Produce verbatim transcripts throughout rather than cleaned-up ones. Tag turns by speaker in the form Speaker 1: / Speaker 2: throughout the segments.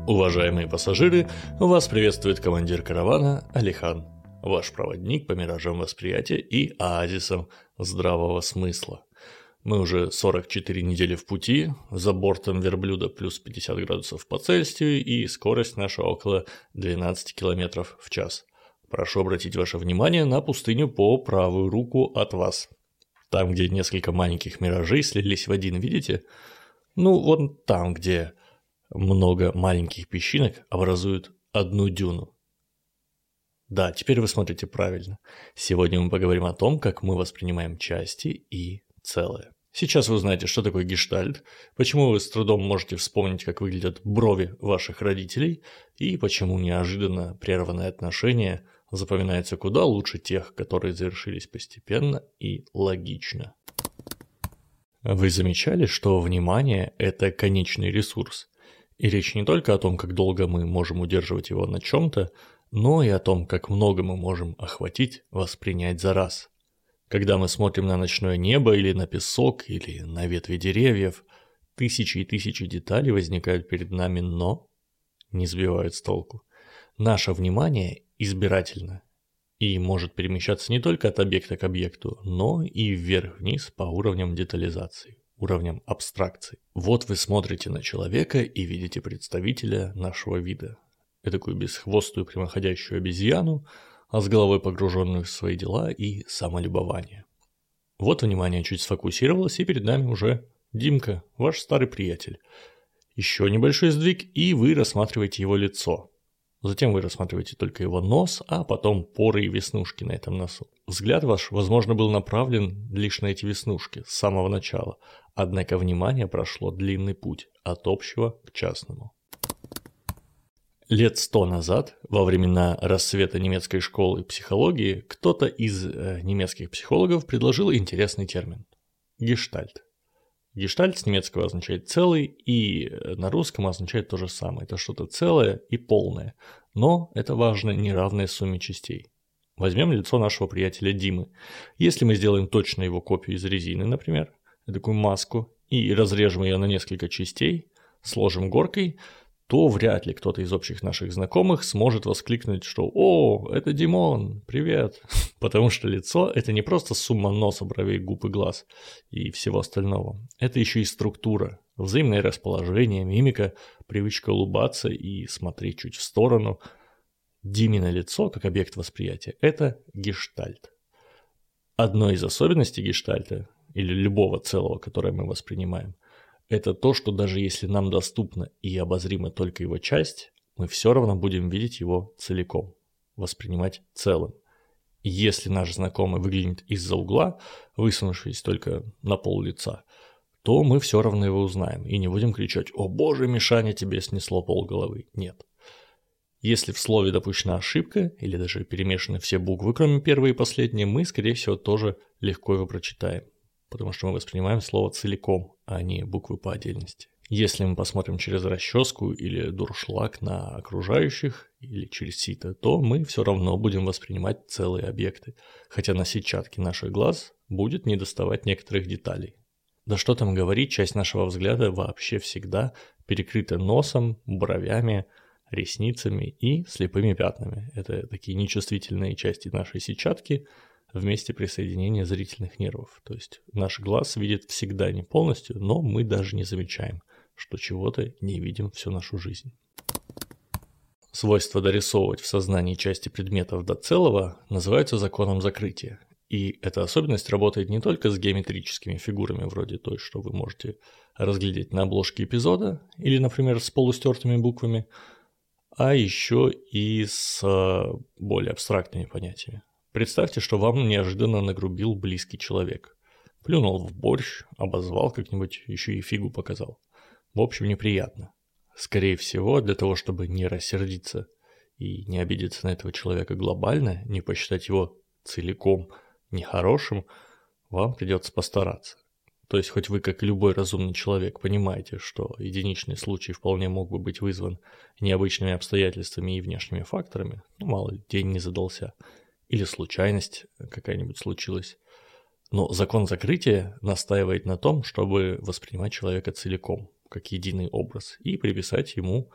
Speaker 1: Уважаемые пассажиры, вас приветствует командир каравана Алихан, ваш проводник по миражам восприятия и оазисам здравого смысла. Мы уже сорок четыре недели в пути, за бортом верблюда плюс пятьдесят градусов по Цельсию и скорость наша около двенадцать километров в час. Прошу обратить ваше внимание на пустыню по правую руку от вас. Там, где несколько маленьких миражей слились в один, видите? Ну, вот там, где много маленьких песчинок образуют одну дюну. Да, теперь вы смотрите правильно. Сегодня мы поговорим о том, как мы воспринимаем части и целое. Сейчас вы узнаете, что такое гештальт, почему вы с трудом можете вспомнить, как выглядят брови ваших родителей, и почему неожиданно прерванные отношения запоминаются куда лучше тех, которые завершились постепенно и логично. Вы замечали, что внимание – это конечный ресурс? И речь не только о том, как долго мы можем удерживать его на чем-то, но и о том, как много мы можем охватить, воспринять за раз. Когда мы смотрим на ночное небо или на песок, или на ветви деревьев, тысячи и тысячи деталей возникают перед нами, но не сбивают с толку. Наше внимание избирательно и может перемещаться не только от объекта к объекту, но и вверх-вниз по уровням детализации, уровням абстракции. Вот вы смотрите на человека и видите представителя нашего вида. Этакую бесхвостую прямоходящую обезьяну, а с головой погруженную в свои дела и самолюбование. Вот внимание чуть сфокусировалось, и перед нами уже Димка, ваш старый приятель. Еще небольшой сдвиг, и вы рассматриваете его лицо. Затем вы рассматриваете только его нос, а потом поры и веснушки на этом носу. Взгляд ваш, возможно, был направлен лишь на эти веснушки с самого начала, однако внимание прошло длинный путь от общего к частному. Лет сто назад, во времена расцвета немецкой школы психологии, кто-то из э, немецких психологов предложил интересный термин – гештальт. Гештальт с немецкого означает «целый», и на русском означает то же самое. Это что-то целое и полное, но это важно неравной сумме частей. Возьмем лицо нашего приятеля Димы. Если мы сделаем точно его копию из резины, например, такую маску, и разрежем ее на несколько частей, сложим горкой, то вряд ли кто-то из общих наших знакомых сможет воскликнуть, что «О, это Димон, привет!» Потому что лицо – это не просто сумма носа, бровей, губ и глаз и всего остального. Это еще и структура, взаимное расположение, мимика, привычка улыбаться и смотреть чуть в сторону. Димино лицо, как объект восприятия – это гештальт. Одной из особенностей гештальта, или любого целого, которое мы воспринимаем, это то, что даже если нам доступна и обозрима только его часть, мы все равно будем видеть его целиком, воспринимать целым. И если наш знакомый выглянет из-за угла, высунувшись только на пол лица, то мы все равно его узнаем и не будем кричать «О боже, Мишаня, тебе снесло полголовы». Нет. Если в слове допущена ошибка или даже перемешаны все буквы, кроме первой и последней, мы, скорее всего, тоже легко его прочитаем. Потому что мы воспринимаем слово целиком, а не буквы по отдельности. Если мы посмотрим через расческу или дуршлаг на окружающих, или через сито, то мы все равно будем воспринимать целые объекты, хотя на сетчатке наших глаз будет недоставать некоторых деталей. Да что там говорить, часть нашего взгляда вообще всегда перекрыта носом, бровями, ресницами и слепыми пятнами. Это такие нечувствительные части нашей сетчатки, в месте присоединения зрительных нервов. То есть наш глаз видит всегда не полностью, но мы даже не замечаем, что чего-то не видим всю нашу жизнь. Свойство дорисовывать в сознании части предметов до целого называется законом закрытия. И эта особенность работает не только с геометрическими фигурами, вроде той, что вы можете разглядеть на обложке эпизода, или, например, с полустертыми буквами, а еще и с более абстрактными понятиями. Представьте, что вам неожиданно нагрубил близкий человек. Плюнул в борщ, обозвал как-нибудь, еще и фигу показал. В общем, неприятно. Скорее всего, для того, чтобы не рассердиться и не обидеться на этого человека глобально, не посчитать его целиком нехорошим, вам придется постараться. То есть, хоть вы, как и любой разумный человек, понимаете, что единичный случай вполне мог бы быть вызван необычными обстоятельствами и внешними факторами, ну, мало ли, день не задался, или случайность какая-нибудь случилась. Но закон закрытия настаивает на том, чтобы воспринимать человека целиком, как единый образ, и приписать ему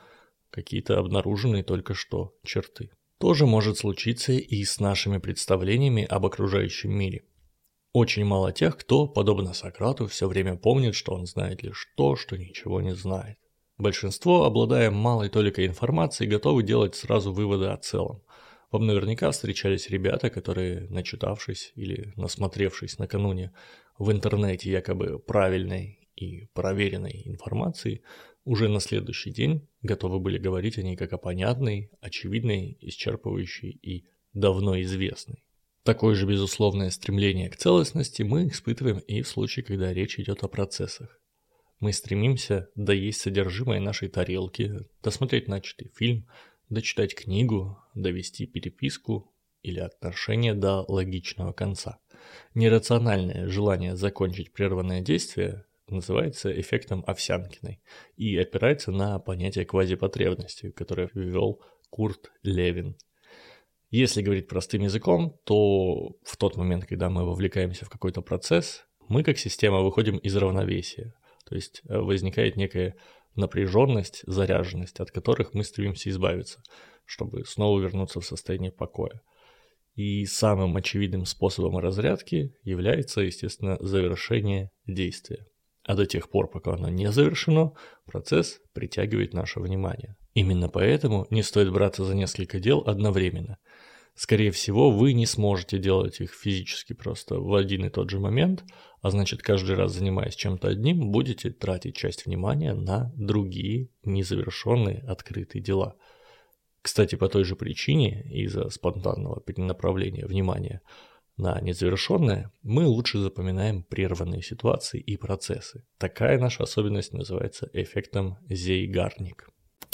Speaker 1: какие-то обнаруженные только что черты. То же может случиться и с нашими представлениями об окружающем мире. Очень мало тех, кто, подобно Сократу, все время помнит, что он знает лишь то, что ничего не знает. Большинство, обладая малой толикой информации, готовы делать сразу выводы о целом. Вам наверняка встречались ребята, которые, начитавшись или насмотревшись накануне в интернете якобы правильной и проверенной информации, уже на следующий день готовы были говорить о ней как о понятной, очевидной, исчерпывающей и давно известной. Такое же безусловное стремление к целостности мы испытываем и в случае, когда речь идет о процессах. Мы стремимся доесть содержимое нашей тарелки, досмотреть начатый фильм, дочитать книгу, довести переписку или отношения до логичного конца. Нерациональное желание закончить прерванное действие называется эффектом Овсянкиной и опирается на понятие квазипотребности, которое ввел Курт Левин. Если говорить простым языком, то в тот момент, когда мы вовлекаемся в какой-то процесс, мы как система выходим из равновесия. То есть возникает некая напряженность, заряженность, от которых мы стремимся избавиться, чтобы снова вернуться в состояние покоя. И самым очевидным способом разрядки является, естественно, завершение действия. А до тех пор, пока оно не завершено, процесс притягивает наше внимание. Именно поэтому не стоит браться за несколько дел одновременно. Скорее всего, вы не сможете делать их физически просто в один и тот же момент, а значит, каждый раз, занимаясь чем-то одним, будете тратить часть внимания на другие незавершенные открытые дела. Кстати, по той же причине, из-за спонтанного перенаправления внимания на незавершенное, мы лучше запоминаем прерванные ситуации и процессы. Такая наша особенность называется эффектом Зейгарник.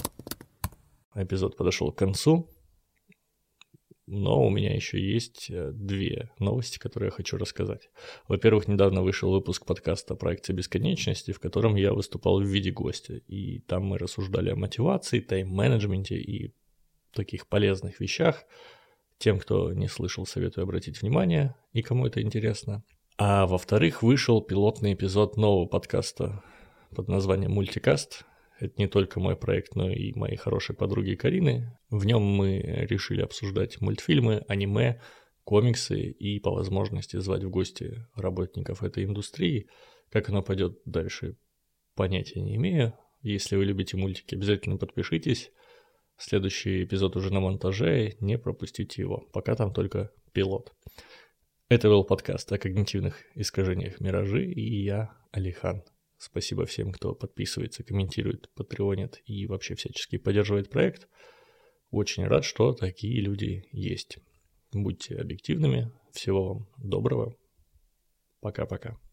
Speaker 1: Эпизод подошел к концу, но у меня еще есть две новости, которые я хочу рассказать. Во-первых, недавно вышел выпуск подкаста «Проекция бесконечности», в котором я выступал в виде гостя, и там мы рассуждали о мотивации, тайм-менеджменте и таких полезных вещах. Тем, кто не слышал, советую обратить внимание, и кому это интересно. А во-вторых, вышел пилотный эпизод нового подкаста под названием «Мультикаст». Это не только мой проект, но и моей хорошей подруги Карины. В нем мы решили обсуждать мультфильмы, аниме, комиксы и по возможности звать в гости работников этой индустрии. Как оно пойдет дальше, понятия не имею. Если вы любите мультики, обязательно подпишитесь. Следующий эпизод уже на монтаже, не пропустите его, пока там только пилот. Это был подкаст о когнитивных искажениях «Миражи», и я, Алихан. Спасибо всем, кто подписывается, комментирует, патреонит и вообще всячески поддерживает проект. Очень рад, что такие люди есть. Будьте объективными. Всего вам доброго. Пока-пока.